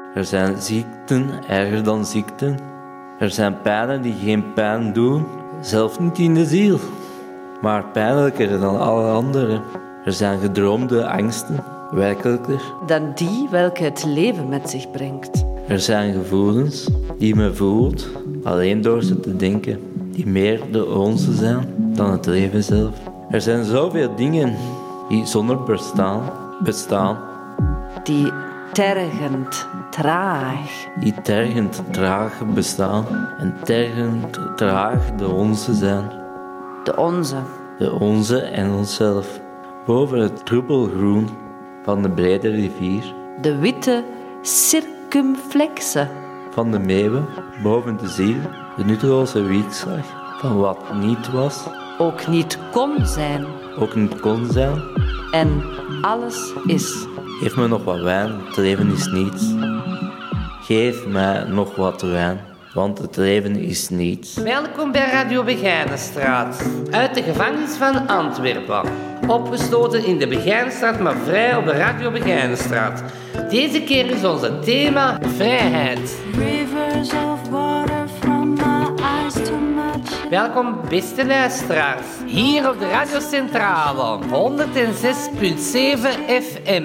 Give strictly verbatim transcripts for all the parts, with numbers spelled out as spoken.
Er zijn ziekten erger dan ziekten. Er zijn pijnen die geen pijn doen, zelfs niet in de ziel, maar pijnlijker dan alle andere. Er zijn gedroomde angsten, werkelijker dan die welke het leven met zich brengt. Er zijn gevoelens die men voelt, alleen door ze te denken, die meer de onze zijn dan het leven zelf. Er zijn zoveel dingen die zonder bestaan, bestaan. Die tergend traag. Die tergend traag bestaan en tergend traag de onze zijn. De onze. De onze en onszelf. Boven het troebelgroen van de brede rivier. De witte circumflexe. Van de meeuwen, boven de ziel. De nutteloze wiekslag van wat niet was. Ook niet kon zijn. Ook niet kon zijn. En alles is. Geef me nog wat wijn, het leven is niets. Geef mij nog wat wijn, want het leven is niets. Welkom bij Radio Begijnenstraat, uit de gevangenis van Antwerpen. Opgesloten in de Begijnenstraat, maar vrij op de Radio Begijnenstraat. Deze keer is onze thema vrijheid. Rivers of water from my eyes to my chest. Welkom beste luisteraars, hier op de Radio Centrale, honderdzes komma zeven F M.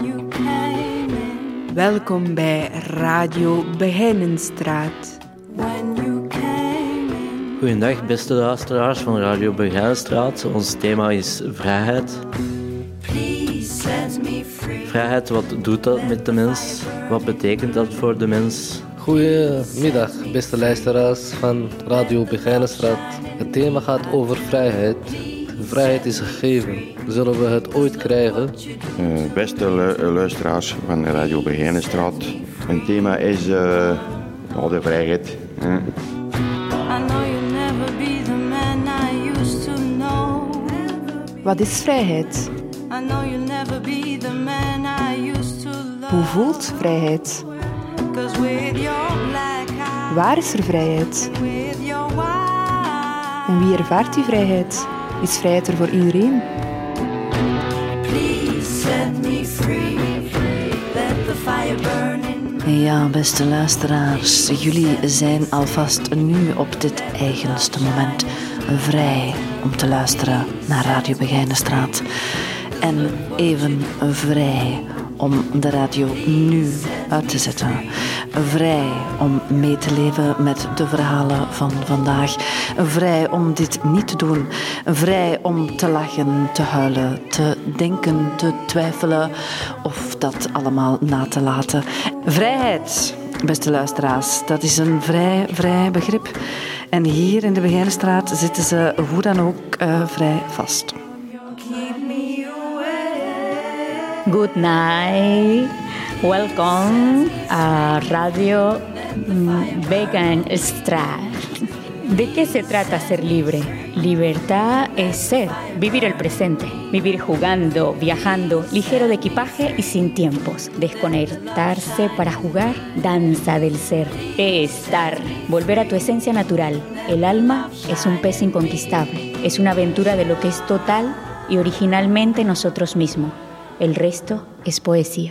Welkom bij Radio Begijnenstraat. Goedendag beste luisteraars van Radio Begijnenstraat. Ons thema is vrijheid. Vrijheid, wat doet dat met de mens? Wat betekent dat voor de mens? Goedemiddag beste luisteraars van Radio Begijnenstraat. Het thema gaat over vrijheid. Vrijheid is een gegeven. Zullen we het ooit krijgen? Uh, beste lu- luisteraars van Radio Begijnenstraat. Een thema is uh, oh, de vrijheid. Uh. Wat is vrijheid? Hoe voelt vrijheid? Waar is er vrijheid? En wie ervaart die vrijheid? Is vrijheid er voor iedereen? Ja, beste luisteraars, jullie zijn alvast nu op dit eigenste moment vrij om te luisteren naar Radio Begijnenstraat. En even vrij om de radio nu uit te zetten. Vrij om mee te leven met de verhalen van vandaag. Vrij om dit niet te doen. Vrij om te lachen, te huilen, te denken, te twijfelen of dat allemaal na te laten. Vrijheid, beste luisteraars, dat is een vrij, vrij begrip. En hier in de Begijnenstraat zitten ze hoe dan ook uh, vrij vast. Good night. Welcome a Radio Begijnenstraat. ¿De qué se trata ser libre? Libertad es ser, vivir el presente, vivir jugando, viajando, ligero de equipaje y sin tiempos. Desconectarse para jugar, danza del ser. Estar, volver a tu esencia natural. El alma es un pez inconquistable, es una aventura de lo que es total y originalmente nosotros mismos. El resto es poesía.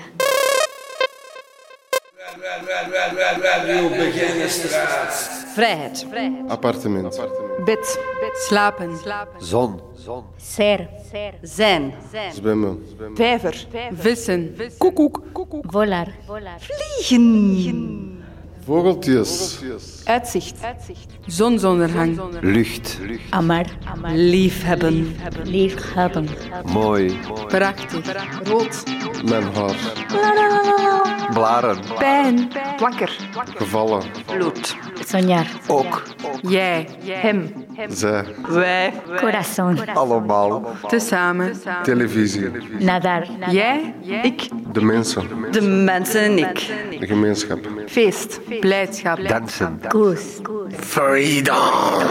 Vrijheid. Appartement. Bed. Slapen. Zon. Ser. Zijn. Zwemmen. Vijver. Vissen. Koekoek. Volar. Vliegen. Vogeltjes. Uitzicht. Zonsondergang. Lucht. Amar. Liefhebben. Liefhebben. Mooi. Prachtig. Rood. Mijn haar. Blaren. Pijn. Wakker. Gevallen. Bloed. Soñar. Ook. Jij. Hem. Zij. Wij. Corazón. Allemaal. Tezamen. Televisie. Nadar. Jij. Ik. De mensen. De mensen en ik. De gemeenschap. Feest. Blijdschap. Dansen. Kus. Freedom.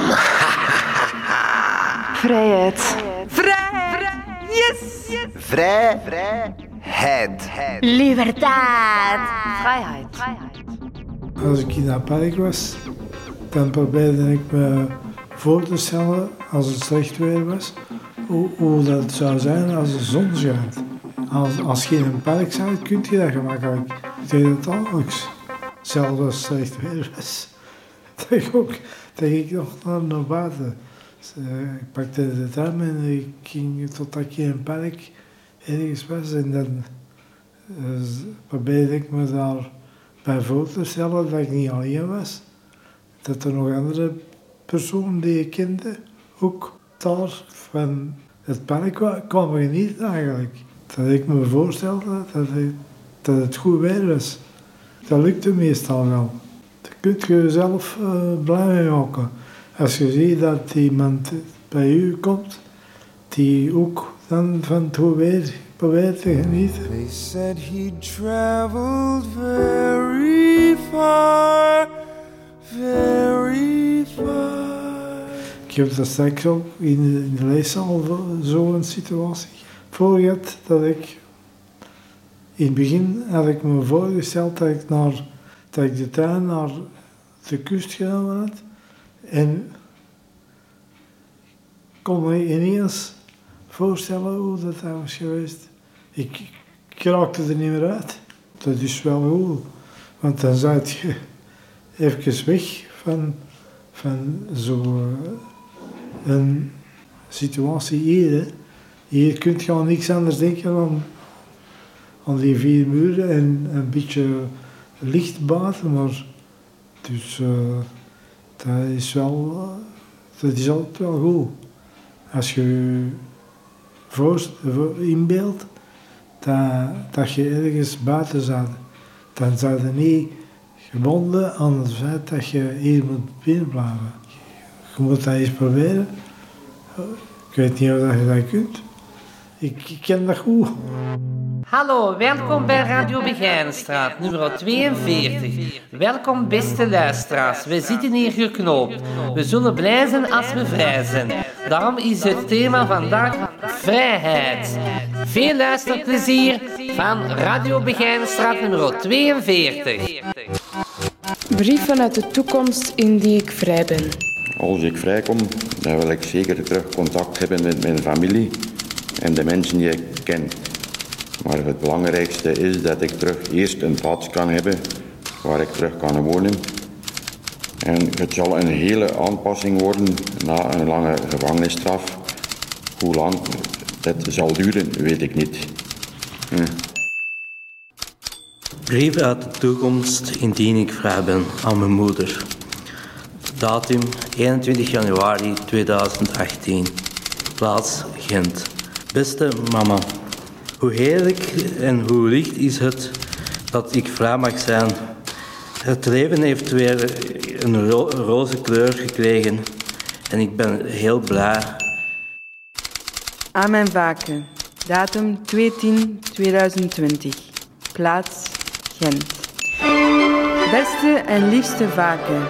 Vrijheid. Vrijheid. Yes. Vrij. Vrijheid. Libertad. Vrijheid. Als ik in dat park was, dan probeerde ik me voor te stellen, als het slecht weer was, hoe, hoe dat zou zijn als de zon schijnt. Als, als je in een park bent, kun je dat gemakkelijk. Ik deed het dagelijks. Zelfs als het slecht weer was. Dat ik ook, dat ik nog naar, naar buiten. Dus, uh, ik pakte de tram en ik ging totdat ik in een park ergens was. En dan uh, probeerde ik me daar bij voor te stellen dat ik niet alleen was. Dat er nog andere personen die ik kende ook daar van het park kwamen genieten eigenlijk. Dat ik me voorstelde dat het, dat het goed weer was. Dat lukte meestal wel. Daar kun je jezelf uh, blij mee maken. Als je ziet dat iemand bij u komt die ook dan van het goed weer probeert te genieten. They said he traveled very far, very far. Ik heb dat straks ook in de, in de leeszaal zo'n situatie voor gehad dat ik in het begin had ik me voorgesteld dat ik, naar, dat ik de trein naar de kust genomen had en kon me ineens voorstellen hoe dat was geweest. Ik, ik raakte er niet meer uit. Dat is wel goed, want dan zat je even weg van, van zo'n een situatie hier. Hè. Hier kun je aan niks anders denken dan aan die vier muren en een beetje licht buiten, maar dus, uh, dat is wel, uh, dat is altijd wel goed. Als je je voor, voor inbeeldt dat, dat je ergens buiten zat, dan zou je niet gebonden aan het feit dat je hier moet binnen blijven. Je moet dat eens proberen. Ik weet niet of je dat kunt. Ik, ik ken dat goed. Hallo, welkom bij Radio Begijnenstraat, nummer tweeënveertig. Welkom beste luisteraars, wij zitten hier geknoopt. We zullen blij zijn als we vrij zijn. Daarom is het thema vandaag vrijheid. Veel luisterplezier van Radio Begijnenstraat nummer tweeënveertig. Brief vanuit de toekomst in die ik vrij ben. Als ik vrijkom, dan wil ik zeker terug contact hebben met mijn familie en de mensen die ik ken. Maar het belangrijkste is dat ik terug eerst een plaats kan hebben waar ik terug kan wonen. En het zal een hele aanpassing worden na een lange gevangenisstraf. Hoe lang dat zal duren, weet ik niet. Hm. Brief uit de toekomst indien ik vrij ben aan mijn moeder. Datum eenentwintig januari tweeduizend achttien. Plaats Gent. Beste mama, hoe heerlijk en hoe licht is het dat ik vrij mag zijn. Het leven heeft weer een ro- roze kleur gekregen en ik ben heel blij. Aan mijn vaken. Datum twee tien tweeduizend twintig. Plaats Gent. Beste en liefste vaken.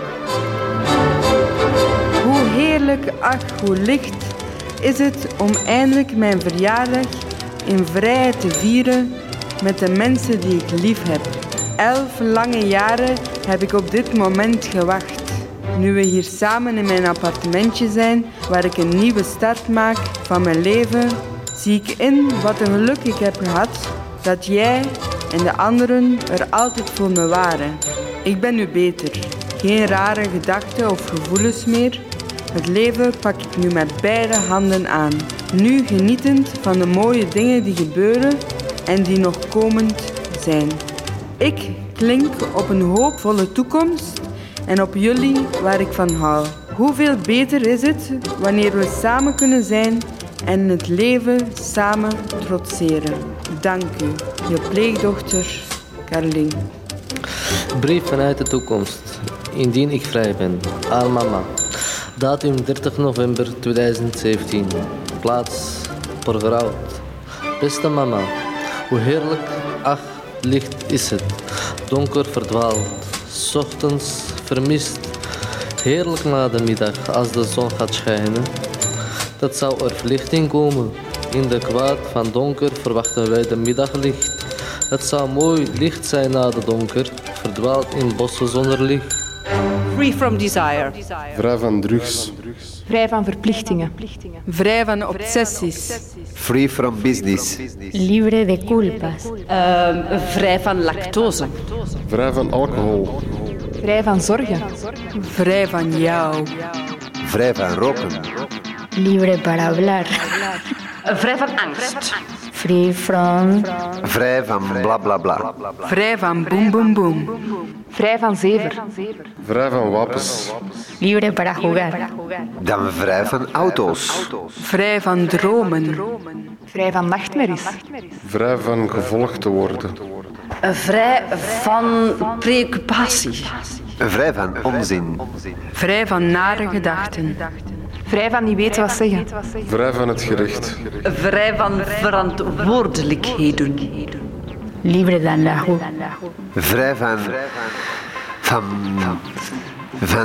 Hoe heerlijk, ach, hoe licht is het om eindelijk mijn verjaardag in vrijheid te vieren met de mensen die ik lief heb. Elf lange jaren heb ik op dit moment gewacht. Nu we hier samen in mijn appartementje zijn, waar ik een nieuwe start maak van mijn leven, zie ik in wat een geluk ik heb gehad dat jij en de anderen er altijd voor me waren. Ik ben nu beter. Geen rare gedachten of gevoelens meer. Het leven pak ik nu met beide handen aan. Nu genietend van de mooie dingen die gebeuren en die nog komend zijn. Ik klink op een hoopvolle toekomst en op jullie waar ik van hou. Hoeveel beter is het wanneer we samen kunnen zijn en het leven samen trotseren. Dank u, je pleegdochter Carolien. Brief vanuit de toekomst. Indien ik vrij ben. Aan mama. Datum dertig november tweeduizend zeventien. Plaats Porgerhout. Beste mama, hoe heerlijk, ach, licht is het. Donker verdwaald, 's ochtends vermist. Heerlijk na de middag als de zon gaat schijnen. Dat zou er verlichting komen. In de kwaad van donker verwachten wij de middaglicht. Het zou mooi licht zijn na de donker, verdwaald in bossen zonder licht. Free from desire. Vrij van drugs. Vrij van verplichtingen. Vrij van obsessies. Free from business. Libre de culpas. Uh, vrij van lactose. Vrij van alcohol. Vrij van zorgen. Vrij van jou. Vrij van roken. Libre para hablar. Vrij van angst. Free from... Vrij van bla bla bla. Vrij van boem boem boem. Vrij van zever. Vrij van wapens. Libre para jugar. Dan vrij van auto's. Vrij van dromen. Vrij van nachtmerries. Vrij van gevolgd te worden. Vrij van preoccupatie. Vrij van onzin. Vrij van nare gedachten. Vrij van niet weten wat zeggen. Vrij van het gericht. Vrij van verantwoordelijkheden. Libre d'Allahu. Vrij van... Van... Van...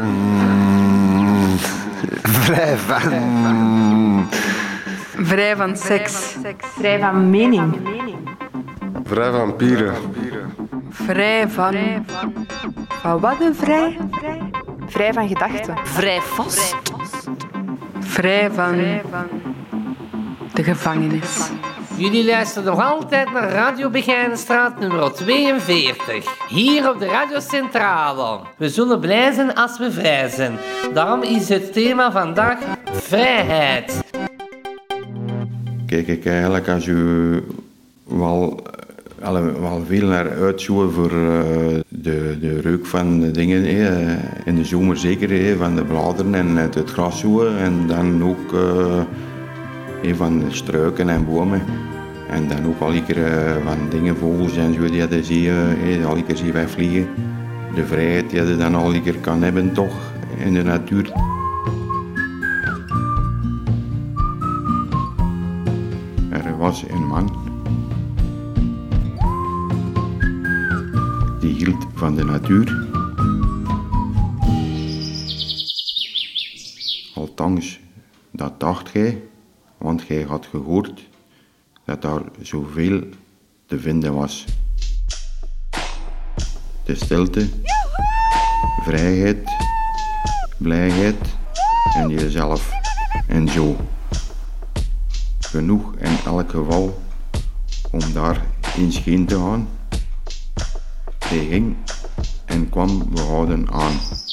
Vrij van... Vrij van seks. Vrij van mening. Vrij van pieren. Vrij van... Van wat een vrij? Vrij van gedachten. Vrij vast. Vrij van... De gevangenis. Jullie luisteren nog altijd naar Radio Begijnenstraat nummer tweeënveertig. Hier op de Radio Centrale. We zullen blij zijn als we vrij zijn. Daarom is het thema vandaag vrijheid. Kijk ik eigenlijk als u wel, wel veel naar uitzoeken voor uh, de, de reuk van de dingen. Eh, in de zomer zeker, eh, van de bladeren en het, het gras zoeken. En dan ook uh, eh, van de struiken en bomen. En dan ook al een keer uh, van dingen, vogels en zo, die je zie, uh, al een keer zie wegvliegen. De vrijheid die je dan al een keer kan hebben toch, in de natuur. Er was een man die hield van de natuur. Althans, dat dacht gij, want gij had gehoord dat daar zoveel te vinden was. De stilte, vrijheid, blijheid en jezelf en zo. Genoeg in elk geval om daar eens heen te gaan. Hij ging en kwam behouden aan.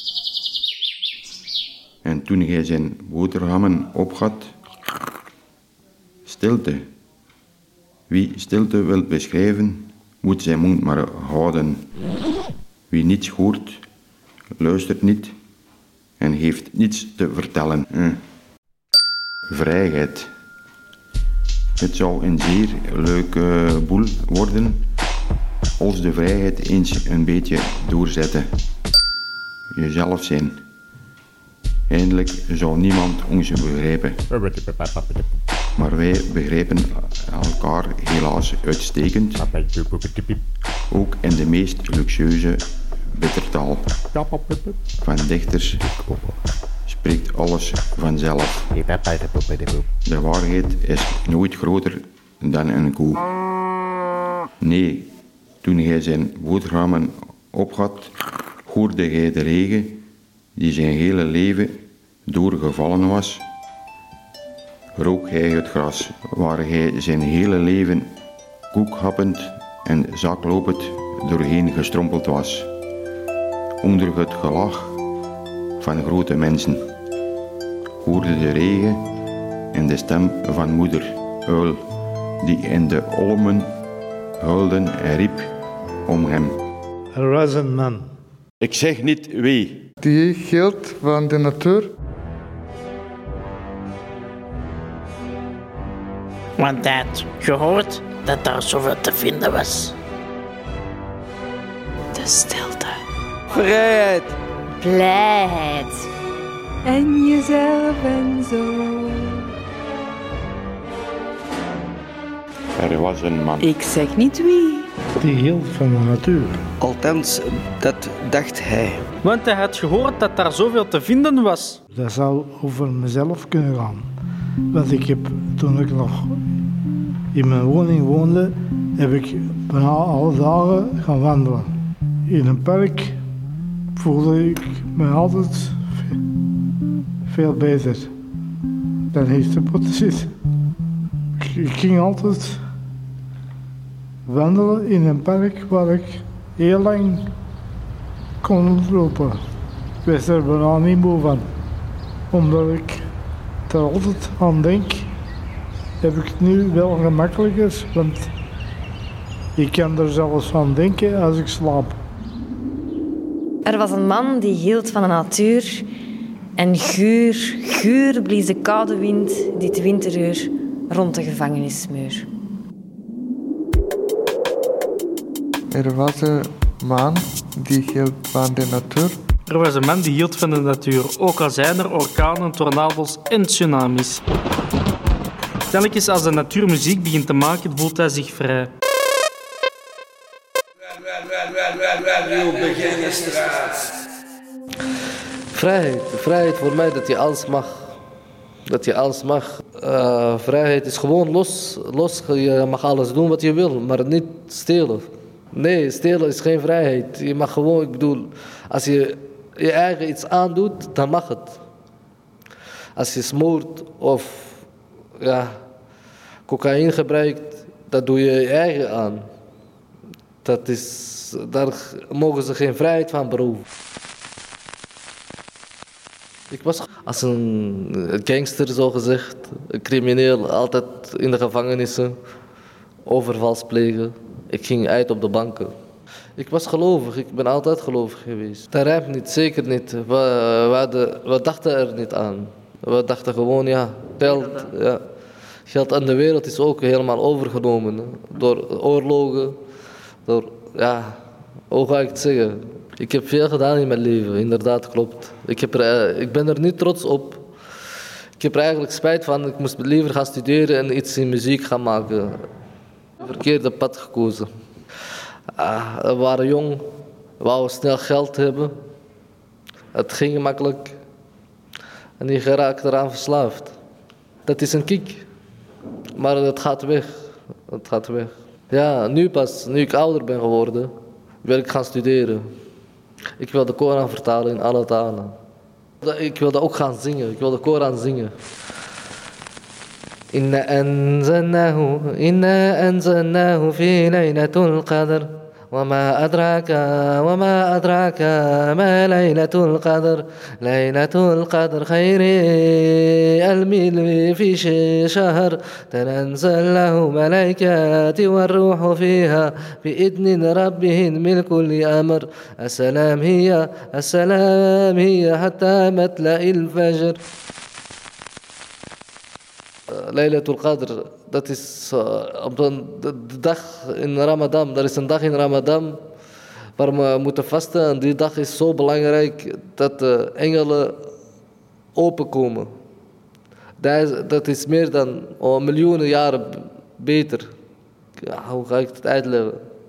En toen hij zijn boterhammen opgat, stilte. Wie stilte wil beschrijven, moet zijn mond maar houden. Wie niets hoort, luistert niet en heeft niets te vertellen. Hm. Vrijheid. Het zou een zeer leuke boel worden als de vrijheid eens een beetje doorzetten. Jezelf zijn. Eindelijk zou niemand ons begrijpen. Maar wij begrijpen elkaar helaas uitstekend. Ook in de meest luxueuze bittertaal. Van dichters spreekt alles vanzelf. De waarheid is nooit groter dan een koe. Nee, toen hij zijn boterhammen opgat, hoorde hij de regen die zijn hele leven doorgevallen was. Rook hij het gras waar hij zijn hele leven koekhappend en zaklopend doorheen gestrompeld was. Onder het gelach van grote mensen hoorde de regen en de stem van moeder Uil, die in de olmen huilde en riep om hem. Er was een man. Ik zeg niet wie. Die hield van de natuur. Want hij had gehoord dat daar zoveel te vinden was. De stilte. Vrijheid. Blijheid. En jezelf en zo. Er was een man. Ik zeg niet wie. Die hield van de natuur. Althans, dat dacht hij. Want hij had gehoord dat daar zoveel te vinden was. Dat zou over mezelf kunnen gaan. Want ik heb, toen ik nog in mijn woning woonde, heb ik bijna alle dagen gaan wandelen. In een park voelde ik me altijd veel beter. dan heeft de pot te zitten. Ik ging altijd wandelen in een park waar ik heel lang kon lopen. Ik was er bijna niet moe van. Omdat ik er altijd aan denk, heb ik het nu wel gemakkelijker, want ik kan er zelfs aan denken als ik slaap. Er was een man die hield van de natuur en guur, guur blies de koude wind dit winteruur rond de gevangenismuur. Er was een man die hield van de natuur. Er was een man die hield van de natuur, ook al zijn er orkanen, tornado's en tsunamis. Telkens als de natuur muziek begint te maken, voelt hij zich vrij. Vrijheid. Vrijheid voor mij dat je alles mag. Dat je alles mag. Uh, vrijheid is gewoon los, los. Je mag alles doen wat je wil, maar niet stelen. Nee, stelen is geen vrijheid. Je mag gewoon, ik bedoel, als je je eigen iets aandoet, dan mag het. Als je smoort of ja, cocaïne gebruikt, dat doe je je eigen aan. Dat is, daar mogen ze geen vrijheid van beroven. Ik was als een gangster, zo gezegd, een crimineel, altijd in de gevangenissen, overvals plegen. Ik ging uit op de banken. Ik was gelovig, ik ben altijd gelovig geweest. Dat rijmt niet, zeker niet. We, we, hadden, we dachten er niet aan. We dachten gewoon, ja, geld, ja. Geld aan de wereld is ook helemaal overgenomen. Hè. Door oorlogen, door, ja, hoe ga ik het zeggen? Ik heb veel gedaan in mijn leven, inderdaad, klopt. Ik, heb er, ik ben er niet trots op. Ik heb er eigenlijk spijt van. Ik moest liever gaan studeren en iets in muziek gaan maken. Verkeerde pad gekozen. Ah, we waren jong, we wouden snel geld hebben. Het ging makkelijk. En je geraakt eraan verslaafd. Dat is een kick. Maar het gaat weg. Het gaat weg. Ja, nu pas, nu ik ouder ben geworden, wil ik gaan studeren. Ik wil de Koran vertalen in alle talen. Ik wilde ook gaan zingen. Ik wil de Koran zingen. Inna anzalnahu, inna anzalnahu fi laylatul qadr. وما أدراك وما أدراك ما ليلة القدر ليلة القدر خير الملء في شهر تنزل له ملائكات والروح فيها بإذن ربهم من كل أمر السلام هي السلام هي حتى مطلع الفجر. Laylatul Qadr, dat is uh, op de, de, de dag in Ramadan. Er is een dag in Ramadan waar we moeten vasten. En die dag is zo belangrijk dat de engelen openkomen. Dat is, dat is meer dan oh, miljoenen jaren beter. Ja, hoe ga ik het uitleggen?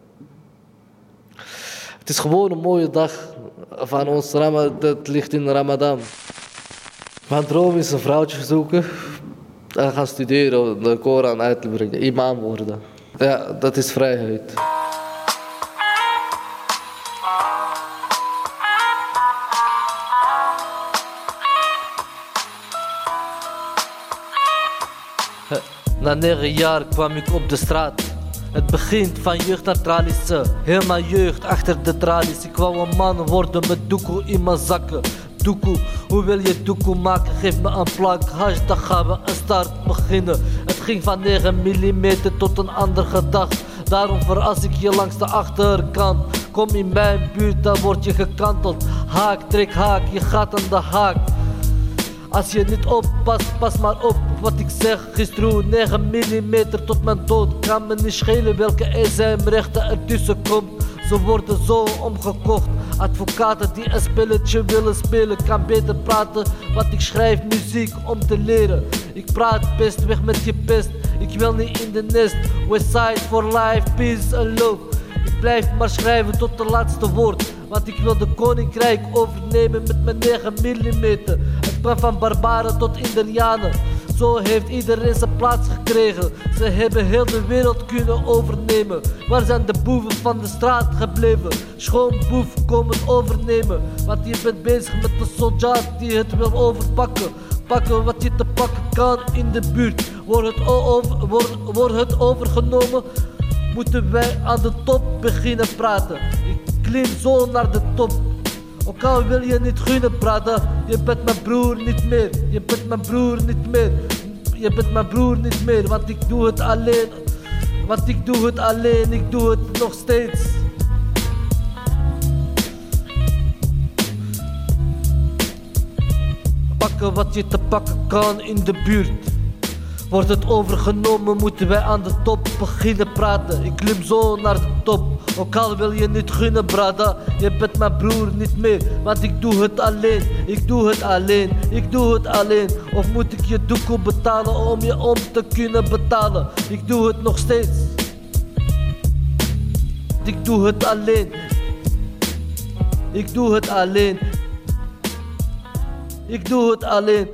Het is gewoon een mooie dag van ons Ramadan. Dat ligt in Ramadan. Mijn droom is een vrouwtje zoeken. En gaan studeren, de Koran uit te brengen, imam worden. Ja, dat is vrijheid. Na negen jaar kwam ik op de straat. Het begint van jeugd naar tralies. Heel mijn jeugd achter de tralies. Ik wou een man worden met doekoe in mijn zakken. Doekoe, hoe wil je doekoe maken? Geef me een plak hash, dan gaan we een start beginnen. Het ging van negen millimeter tot een andere dag. Daarom veras ik je langs de achterkant. Kom in mijn buurt, dan word je gekanteld. Haak, trek haak, je gaat aan de haak. Als je niet oppast, pas maar op wat ik zeg. Gisteren negen millimeter tot mijn dood. Kan me niet schelen welke eenzaamrechten ertussen komt. Ze worden zo omgekocht. Advocaten die een spelletje willen spelen. Kan beter praten, wat ik schrijf muziek om te leren. Ik praat best, weg met je pest. Ik wil niet in de nest. Westside for life, peace and love. Ik blijf maar schrijven tot het laatste woord. Want ik wil de koninkrijk overnemen met mijn negen millimeter. Het kwam van barbaren tot Indianen. Zo heeft iedereen zijn plaats gekregen. Ze hebben heel de wereld kunnen overnemen. Waar zijn de boeven van de straat gebleven? Schoonboef komen overnemen. Want je bent bezig met de soldaat die het wil overpakken. Pakken wat je te pakken kan in de buurt. Wordt het, over, wordt, wordt het overgenomen, moeten wij aan de top beginnen praten. Ik klim zo naar de top. Ook al wil je niet gunnen praten, je bent mijn broer niet meer. Je bent mijn broer niet meer. Je bent mijn broer niet meer, want ik doe het alleen. Want ik doe het alleen, ik doe het nog steeds. Pakken wat je te pakken kan in de buurt. Wordt het overgenomen, moeten wij aan de top beginnen praten. Ik klim zo naar de top, ook al wil je niet gunnen, brada. Je bent mijn broer niet meer, want ik doe het alleen. Ik doe het alleen, ik doe het alleen. Of moet ik je doekoe betalen om je om te kunnen betalen? Ik doe het nog steeds. Ik doe het alleen. Ik doe het alleen. Ik doe het alleen.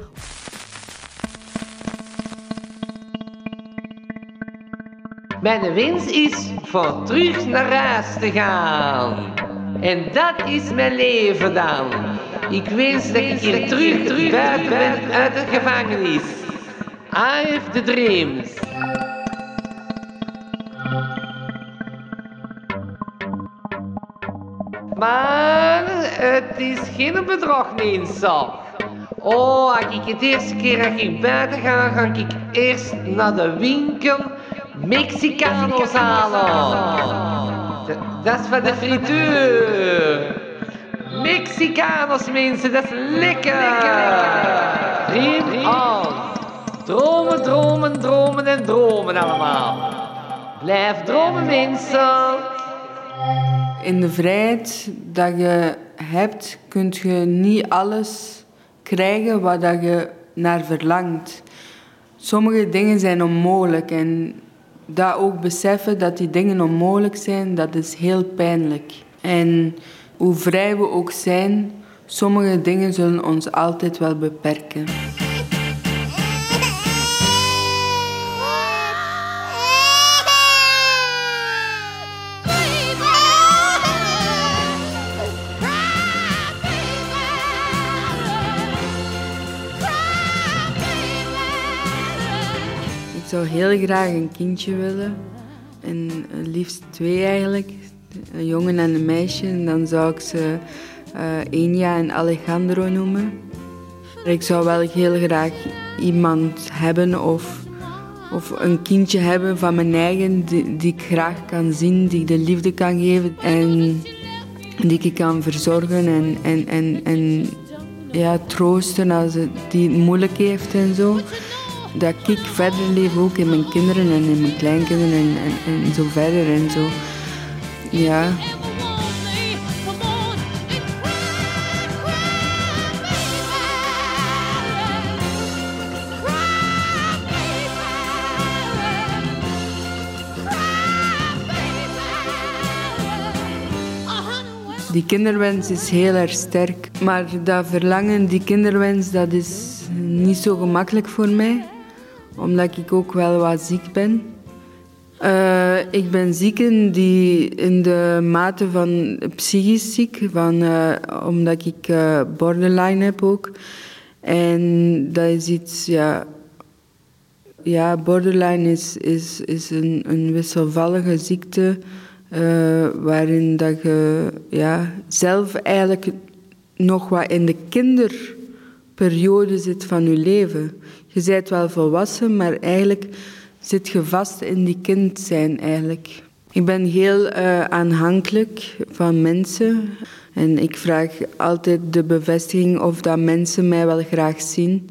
Mijn wens is voor terug naar huis te gaan. En dat is mijn leven dan. Ik wens dat ik hier terug, terug buiten ben uit de gevangenis. I have the dreams. Maar het is geen bedrog, nee, zo. Oh, als ik het eerste keer dat ik buiten ga, ga ik eerst naar de winkel Mexicano's halen. Dat, dat is van de frituur. Mexicano's, mensen, dat is lekker. Dream on. Dromen, dromen, dromen en dromen allemaal. Blijf dromen, mensen. In de vrijheid dat je hebt, kun je niet alles krijgen wat dat je naar verlangt. Sommige dingen zijn onmogelijk en dat ook beseffen dat die dingen onmogelijk zijn, dat is heel pijnlijk. En hoe vrij we ook zijn, sommige dingen zullen ons altijd wel beperken. Ik zou heel graag een kindje willen. En liefst twee eigenlijk. Een jongen en een meisje. En dan zou ik ze uh, Enya en Alejandro noemen. Ik zou wel heel graag iemand hebben of, of een kindje hebben van mijn eigen die, die ik graag kan zien, die ik de liefde kan geven en die ik kan verzorgen en, en, en, en ja, troosten als het die het moeilijk heeft en zo. Dat ik verder leef ook in mijn kinderen en in mijn kleinkinderen en, en, en zo verder en zo. Ja. Die kinderwens is heel erg sterk. Maar dat verlangen, die kinderwens, dat is niet zo gemakkelijk voor mij. Omdat ik ook wel wat ziek ben. Uh, ik ben ziek in, die, in de mate van psychisch ziek. Van, uh, omdat ik uh, borderline heb ook. En dat is iets, ja... Ja, borderline is, is, is een, een wisselvallige ziekte... Uh, waarin dat je ja, zelf eigenlijk nog wat in de kinderperiode zit van je leven. Je bent wel volwassen, maar eigenlijk zit je vast in die kind zijn eigenlijk. Ik ben heel uh, aanhankelijk van mensen. En ik vraag altijd de bevestiging of dat mensen mij wel graag zien.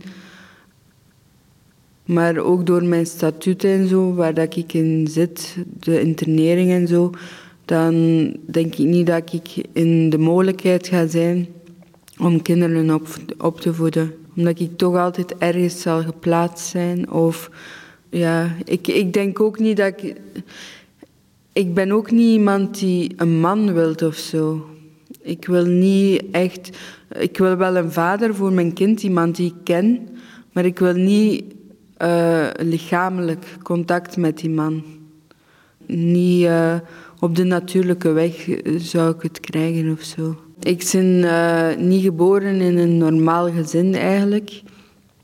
Maar ook door mijn statuut en zo, waar dat ik in zit, de internering en zo, dan denk ik niet dat ik in de mogelijkheid ga zijn om kinderen op, op te voeden. Omdat ik toch altijd ergens zal geplaatst zijn. Of ja, ik, ik denk ook niet dat ik... Ik ben ook niet iemand die een man wil of zo. Ik wil niet echt... Ik wil wel een vader voor mijn kind, iemand die ik ken, maar ik wil niet... Uh, lichamelijk contact met die man. Niet uh, op de natuurlijke weg zou ik het krijgen of zo. Ik ben uh, niet geboren in een normaal gezin eigenlijk.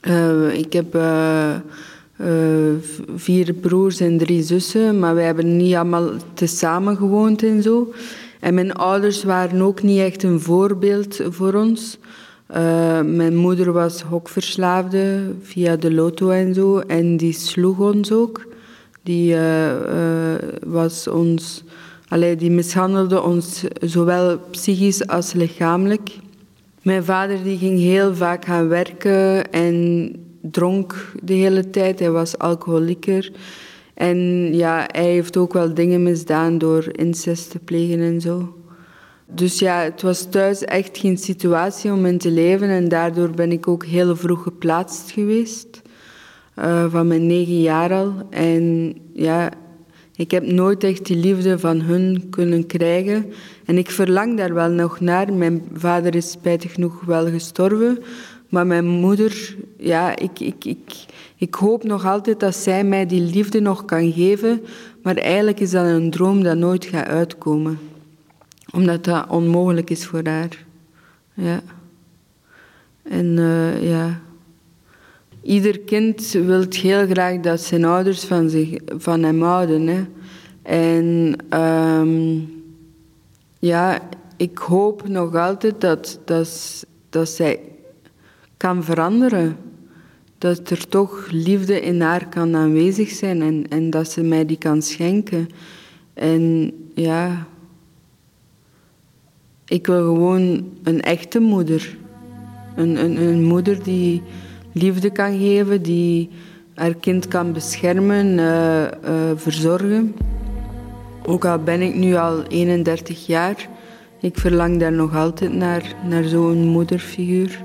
Uh, ik heb uh, uh, vier broers en drie zussen, maar wij hebben niet allemaal tezamen gewoond en zo. En mijn ouders waren ook niet echt een voorbeeld voor ons. Uh, mijn moeder was hokverslaafde via de loto en zo. En die sloeg ons ook. Die, uh, uh, was ons, allee, die mishandelde ons zowel psychisch als lichamelijk. Mijn vader die ging heel vaak gaan werken en dronk de hele tijd. Hij was alcoholieker. En ja, hij heeft ook wel dingen misdaan door incest te plegen en zo. Dus ja, het was thuis echt geen situatie om in te leven. En daardoor ben ik ook heel vroeg geplaatst geweest. Uh, van mijn negen jaar al. En ja, ik heb nooit echt die liefde van hun kunnen krijgen. En ik verlang daar wel nog naar. Mijn vader is spijtig genoeg wel gestorven. Maar mijn moeder, ja, ik, ik, ik, ik hoop nog altijd dat zij mij die liefde nog kan geven. Maar eigenlijk is dat een droom dat nooit gaat uitkomen. Omdat dat onmogelijk is voor haar. Ja. En uh, ja... Ieder kind wil heel graag dat zijn ouders van, zich, van hem houden. Hè. En um, ja, ik hoop nog altijd dat, dat, dat zij kan veranderen. Dat er toch liefde in haar kan aanwezig zijn en, en dat ze mij die kan schenken. En ja, ik wil gewoon een echte moeder. Een, een, een moeder die liefde kan geven, die haar kind kan beschermen, uh, uh, verzorgen. Ook al ben ik nu al eenendertig jaar, ik verlang daar nog altijd naar, naar zo'n moederfiguur.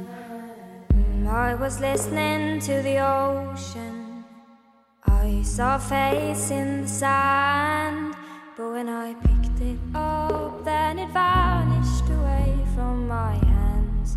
I was listening to the ocean. I saw a face in the sand. But when I picked it up, then it vanished away from my hands.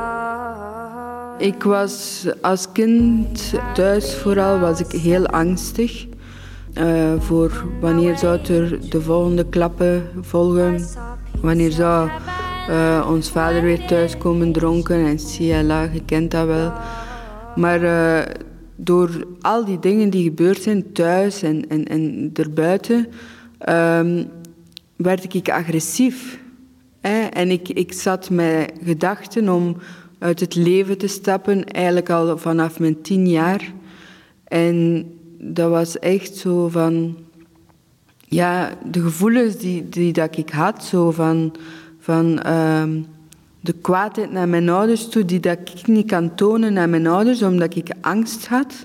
Dark. Ik was als kind thuis vooral was ik heel angstig. Uh, voor wanneer zou er de volgende klappen volgen. Wanneer zou uh, ons vader weer thuiskomen dronken. En Ciela, je kent dat wel. Maar uh, door al die dingen die gebeurd zijn thuis en, en, en erbuiten, um, werd ik agressief. Hè? En ik, ik zat met gedachten om uit het leven te stappen, eigenlijk al vanaf mijn tien jaar. En dat was echt zo van... Ja, de gevoelens die, die dat ik had, zo van... van um, de kwaadheid naar mijn ouders toe, die dat ik niet kan tonen naar mijn ouders, omdat ik angst had,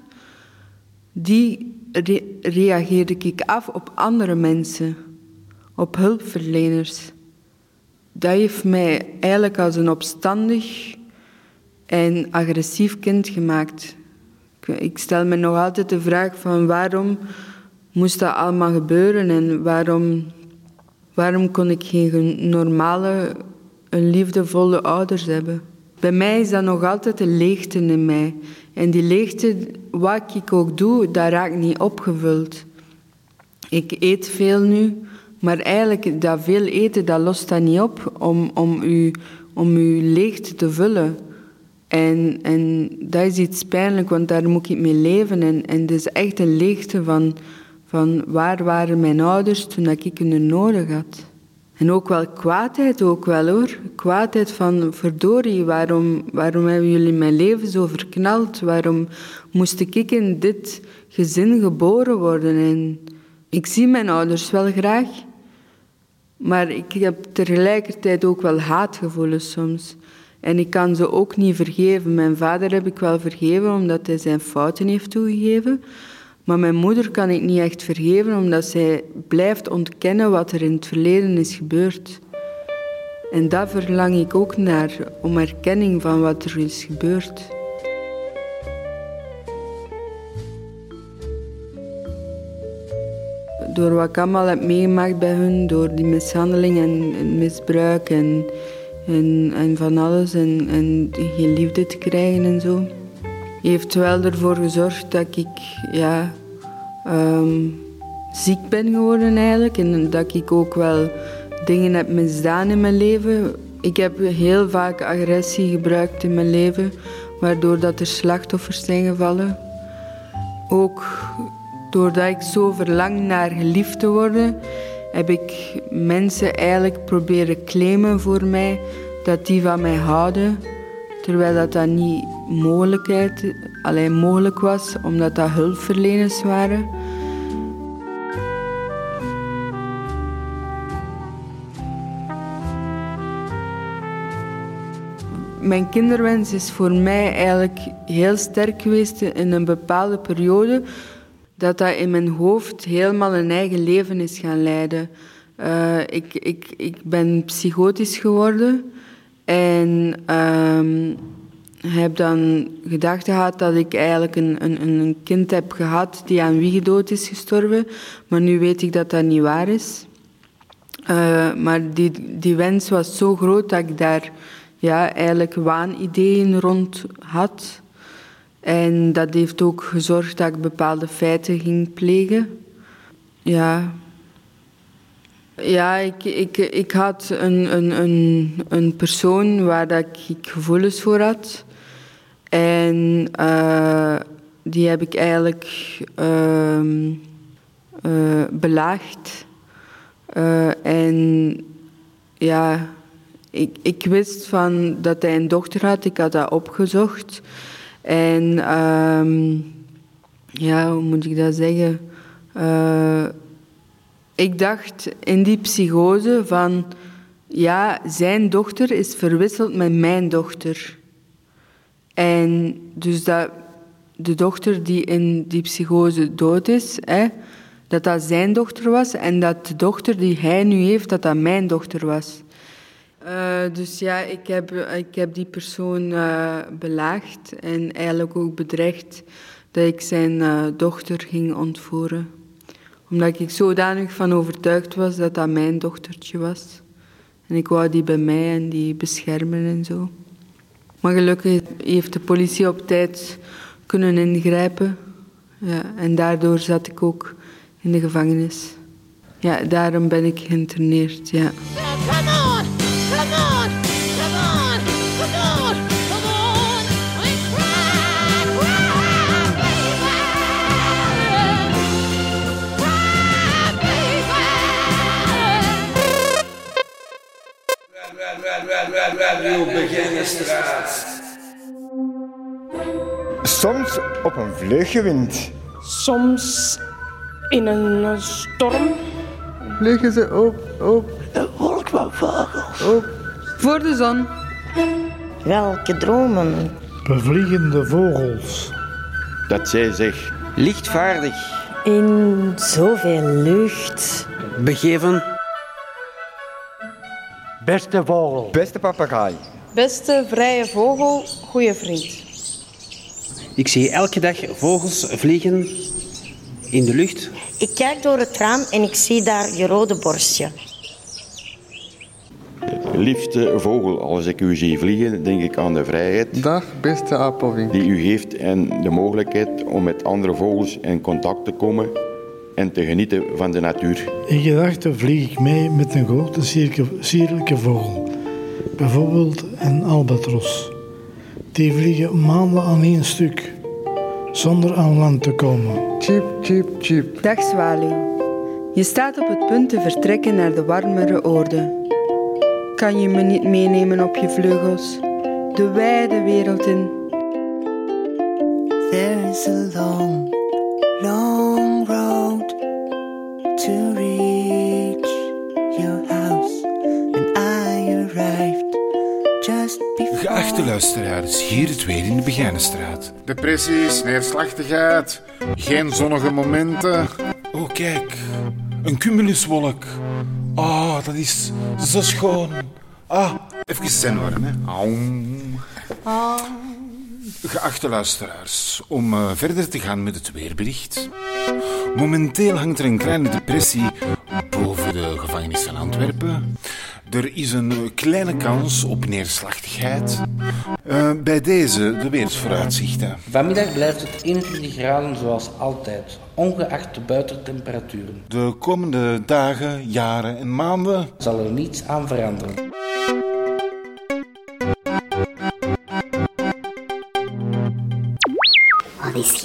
die re- reageerde ik af op andere mensen, op hulpverleners. Dat heeft mij eigenlijk als een opstandig en agressief kind gemaakt. Ik stel me nog altijd de vraag van waarom moest dat allemaal gebeuren en waarom, waarom kon ik geen normale, een liefdevolle ouders hebben. Bij mij is dat nog altijd een leegte in mij. En die leegte, wat ik ook doe, dat raakt niet opgevuld. Ik eet veel nu, maar eigenlijk dat veel eten, dat lost dat niet op om, om, u, om uw leegte te vullen. En, en dat is iets pijnlijk, want daar moet ik mee leven. En, en het is echt een leegte van, van waar waren mijn ouders toen ik hun nodig had. En ook wel kwaadheid, ook wel hoor. Kwaadheid van, verdorie, waarom, waarom hebben jullie mijn leven zo verknald? Waarom moest ik in dit gezin geboren worden? En ik zie mijn ouders wel graag, maar ik heb tegelijkertijd ook wel haatgevoelens soms. En ik kan ze ook niet vergeven. Mijn vader heb ik wel vergeven, omdat hij zijn fouten heeft toegegeven. Maar mijn moeder kan ik niet echt vergeven, omdat zij blijft ontkennen wat er in het verleden is gebeurd. En daar verlang ik ook naar, om erkenning van wat er is gebeurd. Door wat ik allemaal heb meegemaakt bij hun, door die mishandeling en, en misbruik en, en, en van alles, en, en geen liefde te krijgen en zo, heeft wel ervoor gezorgd dat ik ja, um, ziek ben geworden eigenlijk. En dat ik ook wel dingen heb misdaan in mijn leven. Ik heb heel vaak agressie gebruikt in mijn leven. waardoor dat er slachtoffers zijn gevallen. Ook doordat ik zo verlang naar geliefd te worden, heb ik mensen eigenlijk proberen claimen voor mij, dat die van mij houden, terwijl dat, dat niet mogelijkheid, alleen mogelijk was, omdat dat hulpverleners waren. Mijn kinderwens is voor mij eigenlijk heel sterk geweest in een bepaalde periode, dat dat in mijn hoofd helemaal een eigen leven is gaan leiden. Uh, ik, ik, ik ben psychotisch geworden en uh, heb dan gedacht gehad dat ik eigenlijk een, een, een kind heb gehad die aan wiegedood is gestorven, maar nu weet ik dat dat niet waar is. Uh, maar die, die wens was zo groot dat ik daar ja, eigenlijk waanideeën rond had. En dat heeft ook gezorgd dat ik bepaalde feiten ging plegen. Ja, ja ik, ik, ik had een, een, een, een persoon waar dat ik gevoelens voor had. En uh, die heb ik eigenlijk uh, uh, belaagd. Uh, en ja, ik, ik wist van dat hij een dochter had. Ik had dat opgezocht. En uh, ja, hoe moet ik dat zeggen? Uh, ik dacht in die psychose van, ja, zijn dochter is verwisseld met mijn dochter. En dus dat de dochter die in die psychose dood is, hè, dat dat zijn dochter was en dat de dochter die hij nu heeft, dat dat mijn dochter was. Uh, dus ja, ik heb, ik heb die persoon uh, belaagd en eigenlijk ook bedreigd dat ik zijn uh, dochter ging ontvoeren. Omdat ik zodanig van overtuigd was dat dat mijn dochtertje was. En ik wou die bij mij en die beschermen en zo. Maar gelukkig heeft de politie op tijd kunnen ingrijpen. Ja, en daardoor zat ik ook in de gevangenis. Ja, daarom ben ik geïnterneerd, ja. Come on, come on, come on, come on, we cry, cry, baby, cry, baby. Radio Begijnenstraat. Soms op een vleugjewind. Soms in een storm. Vliegen ze op, op. Een wolk van vogels. Op. Voor de zon. Welke dromen. Bevliegende vogels. Dat zij zich lichtvaardig in zoveel lucht begeven. Beste vogel. Beste papegaai. Beste vrije vogel, goeie vriend. Ik zie elke dag vogels vliegen in de lucht. Ik kijk door het raam en ik zie daar je rode borstje. Liefste vogel, als ik u zie vliegen, denk ik aan de vrijheid. Dag, beste apelwink. Die u geeft en de mogelijkheid om met andere vogels in contact te komen en te genieten van de natuur. In gedachten vlieg ik mee met een grote sierlijke vogel. Bijvoorbeeld een albatros. Die vliegen maanden aan één stuk, zonder aan land te komen. Chip, chip, chip. Dag zwaluw. Je staat op het punt te vertrekken naar de warmere oorden. Kan je me niet meenemen op je vleugels, de wijde wereld in? There is a long, long road to reach your house, and I arrived just before. Geachte luisteraars, hier het weer in de Begijnenstraat. Depressies, neerslachtigheid, geen zonnige momenten. Oh kijk, een cumuluswolk. Ah, oh, dat is zo schoon. Ah, even zen worden, hè. Aum. Oh. Geachte luisteraars, om uh, verder te gaan met het weerbericht. Momenteel hangt er een kleine depressie boven de gevangenis van Antwerpen. Er is een kleine kans op neerslachtigheid. Uh, bij deze de weersvooruitzichten. Vanmiddag blijft het eenentwintig graden zoals altijd, ongeacht de buitentemperaturen. De komende dagen, jaren en maanden zal er niets aan veranderen.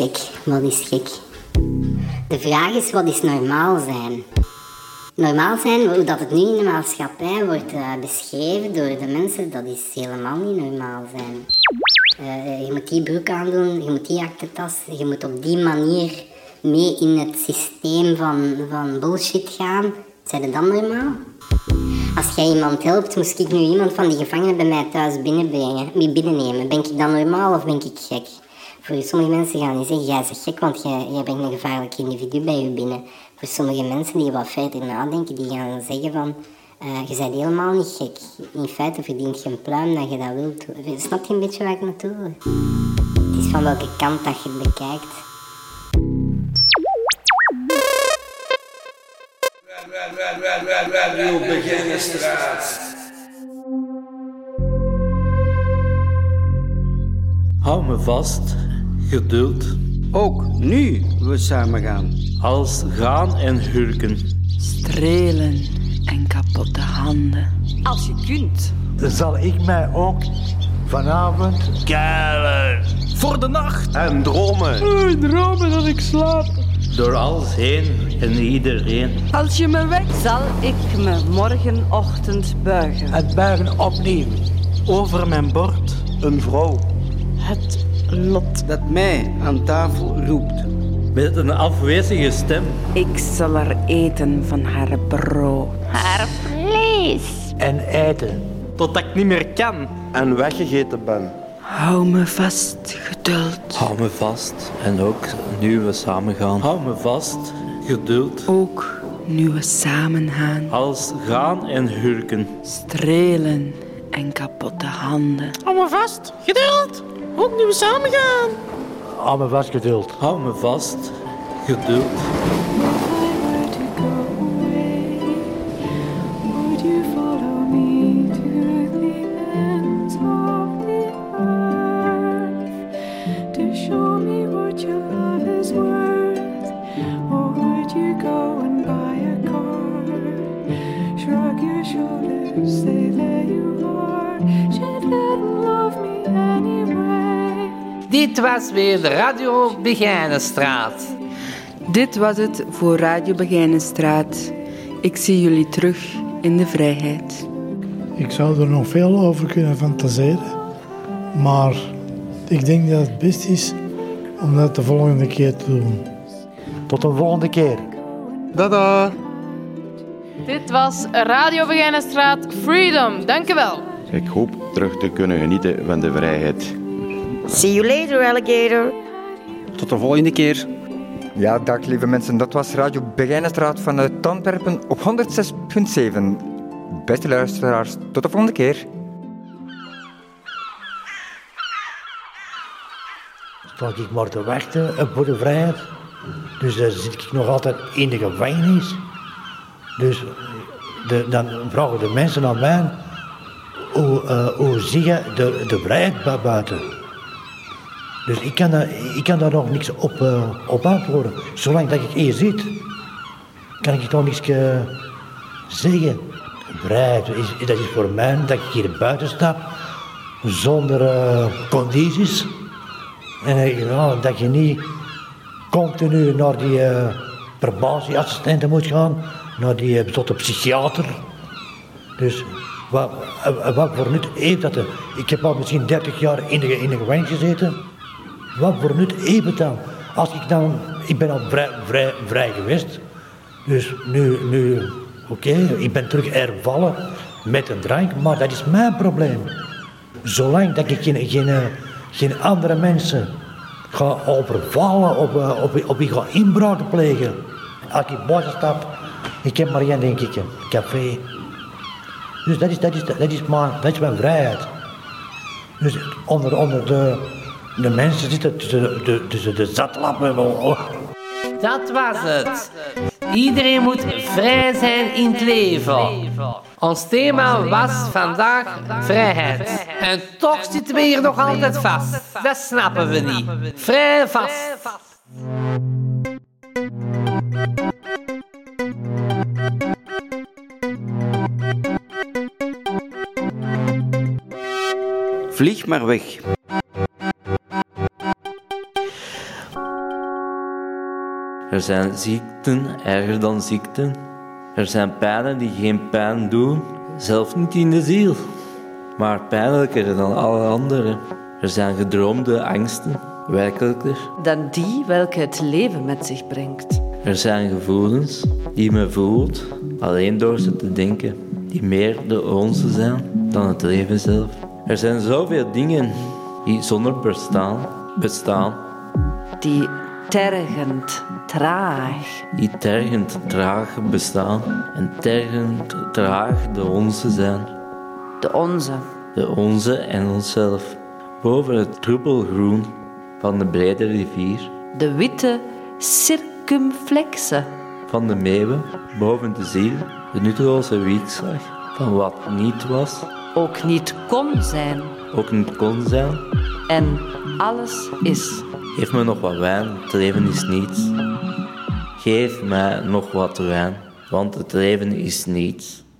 gek? Wat is gek? De vraag is, wat is normaal zijn? Normaal zijn, hoe dat het nu in de maatschappij wordt uh, beschreven door de mensen, dat is helemaal niet normaal zijn. Uh, je moet die broek aandoen, je moet die aktentas, je moet op die manier mee in het systeem van, van bullshit gaan. Zijn dat dan normaal? Als jij iemand helpt, moest ik nu iemand van die gevangenen bij mij thuis binnenbrengen, binnennemen. Ben ik dan normaal of ben ik gek? Voor sommige mensen gaan die zeggen, jij bent gek, want jij, jij brengt een gevaarlijk individu bij je binnen. Voor sommige mensen die wat verder nadenken, die gaan zeggen van, uh, je bent helemaal niet gek. In feite verdient je een pluim dat je dat wilt. Snap je een beetje waar ik naartoe wil? Het is van welke kant dat je het bekijkt. Radio Begijnenstraat. Hou me vast, geduld. Ook nu we samen gaan. Als gaan en hurken. Strelen en kapotte handen. Als je kunt. Dan zal ik mij ook vanavond kuilen. Voor de nacht. En dromen. Oh, dromen dat ik slaap. Door alles heen en iedereen. Als je me wekt, zal ik me morgenochtend buigen. Het buigen opnieuw. Over mijn bord. Een vrouw. Het lot dat mij aan tafel roept. Met een afwezige stem. Ik zal er eten van haar brood. Haar vlees. En eten. Totdat ik niet meer kan. En weggegeten ben. Hou me vast, geduld. Hou me vast. En ook nu we samen gaan. Hou me vast, geduld. Ook nu we samen gaan. Als gaan en hurken. Strelen en kapotte handen. Hou me vast, geduld. Ook nu we samen gaan. Hou me vast, geduld. Hou me vast, geduld. Dit was weer de Radio Begijnenstraat. Dit was het voor Radio Begijnenstraat. Ik zie jullie terug in de vrijheid. Ik zou er nog veel over kunnen fantaseren, maar ik denk dat het best is om dat de volgende keer te doen. Tot de volgende keer. Dada. Dit was Radio Begijnenstraat Freedom. Dank u wel. Ik hoop terug te kunnen genieten van de vrijheid. See you later, alligator. Tot de volgende keer. Ja, dag lieve mensen. Dat was Radio Begijnenstraat vanuit Antwerpen op honderdzes punt zeven. Beste luisteraars, tot de volgende keer. Sta ik maar te wachten voor de vrijheid. Dus dan zit ik nog altijd in de gevangenis. Dus de, dan vragen de mensen aan mij, hoe, uh, hoe zie je de, de vrijheid buiten? Dus ik kan, daar, ik kan daar nog niks op, uh, op antwoorden. Zolang dat ik hier zit, kan ik toch niks uh, zeggen. Vrijheid, is, dat is voor mij dat ik hier buiten stap, zonder uh, condities. En uh, ja, dat je niet continu naar die uh, probatieassistenten moet gaan, naar die uh, tot de psychiater. Dus wat, uh, wat voor nut heeft dat? Uh, ik heb al misschien dertig jaar in de, in de gevangenis gezeten. Wat voor nut heeft het dan? Als ik dan, ik ben al vrij, vrij, vrij geweest. Dus nu, nu oké, okay, ik ben terug hervallen met een drank, maar dat is mijn probleem. Zolang dat ik geen, geen, geen andere mensen ga overvallen, op, op, op wie ga inbraken plegen. Als ik buiten stap, ik heb maar één, denk ik, een café. Dus dat is, dat is, dat is, mijn, dat is mijn vrijheid. Dus onder, onder de, de mensen zitten tussen de, tussen de zatlappen. Dat was het. Iedereen moet vrij zijn in het leven. Ons thema was vandaag vrijheid. En toch zitten we hier nog altijd vast. Dat snappen we niet. Vrij vast. Vlieg maar weg. Er zijn ziekten erger dan ziekten. Er zijn pijnen die geen pijn doen, zelfs niet in de ziel, maar pijnlijker dan alle andere. Er zijn gedroomde angsten, werkelijker. Dan die welke het leven met zich brengt. Er zijn gevoelens die men voelt, alleen door ze te denken, die meer de onze zijn dan het leven zelf. Er zijn zoveel dingen die zonder bestaan, bestaan. Die tergend traag. Die tergend traag bestaan en tergend traag de onze zijn. De onze. De onze en onszelf. Boven het troebelgroen van de brede rivier. De witte circumflexe. Van de meeuwen, boven de ziel. De nutteloze wiekslag van wat niet was. Ook niet kon zijn. Ook niet kon zijn. En alles is. Geef me nog wat wijn, het leven is niets. Geef mij nog wat wijn, want het leven is niets.